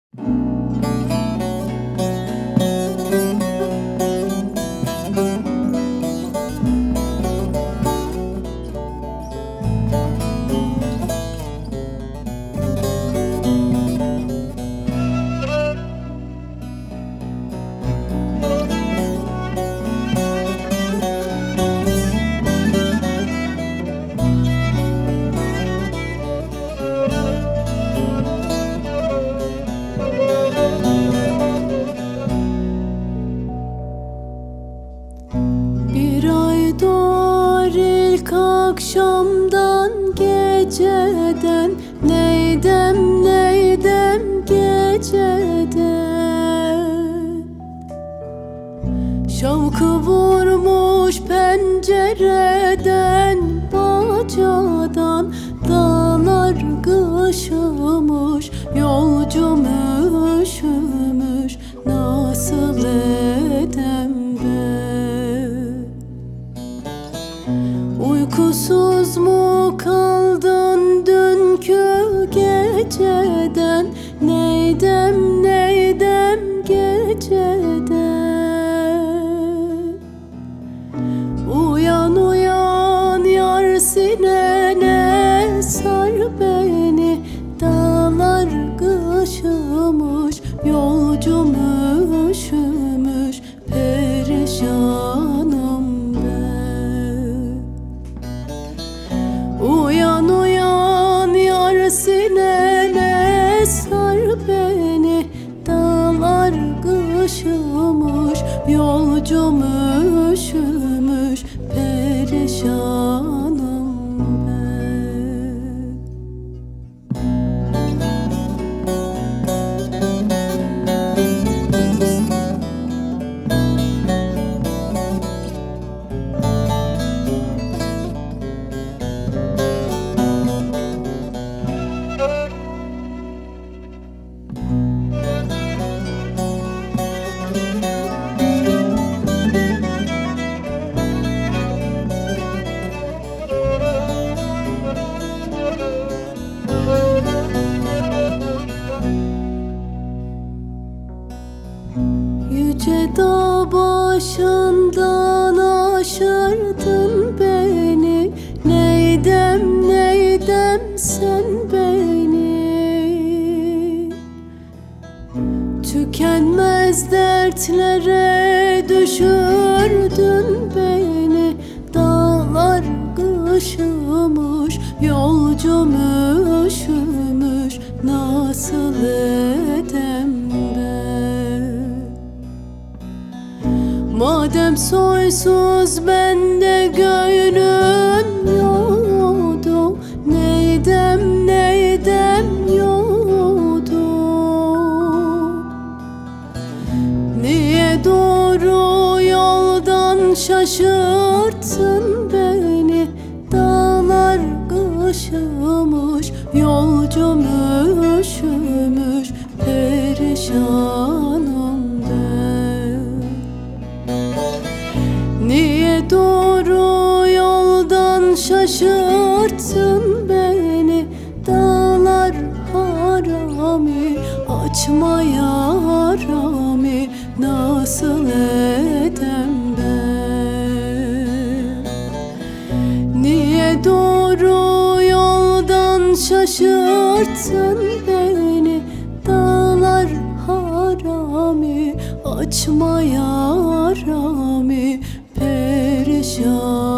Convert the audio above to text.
Bir ay doğar ilk akşamdan, geceden, neydem neydem geceden. Şavkı vurmuş pencereden, bacadan, dağlar kışımış, yolcum üşümüş, nasıl edem ben? Uykusuz mu kaldın dünkü geceden, neydem neydem geceden. Uyan uyan yar, sinene sar beni, dağlar kışımış, yolcum üşümüş, perişanım ben. Uyan uyan yar, sinene sar beni, dağlar kışımış, yolcum üşümüş, perişanım ben. Yüce dağ başından aşırdın beni, neydem neydem sen beni. Tükenmez dertlere düşürdün beni, dağlar kışımış, yolcum üşümüş, nasıl edem ben? Madem soysuz bende gönlün yoktu, neydem neydem yoktu. Niye doğru yoldan şaşırttın beni, dağlar kışımış, yolcum üşümüş, perişanım ben. Niye doğru yoldan şaşırttın beni, dağlar harami, açma yarami, nasıl edem ben? Niye doğru yoldan şaşırttın beni, dağlar harami, açma yarami, perişan.